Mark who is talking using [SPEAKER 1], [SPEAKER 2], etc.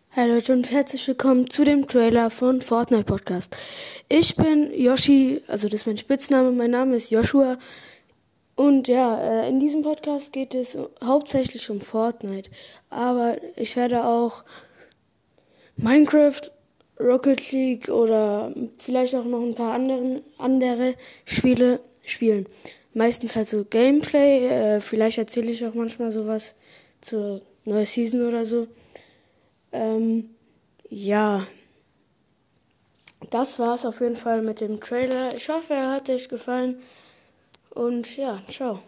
[SPEAKER 1] Hi Leute und herzlich willkommen zu dem Trailer von Fortnite Podcast. Ich bin Yoshi, also das ist mein Spitzname, mein Name ist Joshua. Und ja, in diesem Podcast geht es hauptsächlich um Fortnite. Aber ich werde auch Minecraft, Rocket League oder vielleicht auch noch ein paar andere Spiele spielen. Meistens halt so Gameplay, vielleicht erzähle ich auch manchmal sowas zur neuen Season oder so. Ja, das war's auf jeden Fall mit dem Trailer. Ich hoffe, er hat euch gefallen. Und ja, ciao.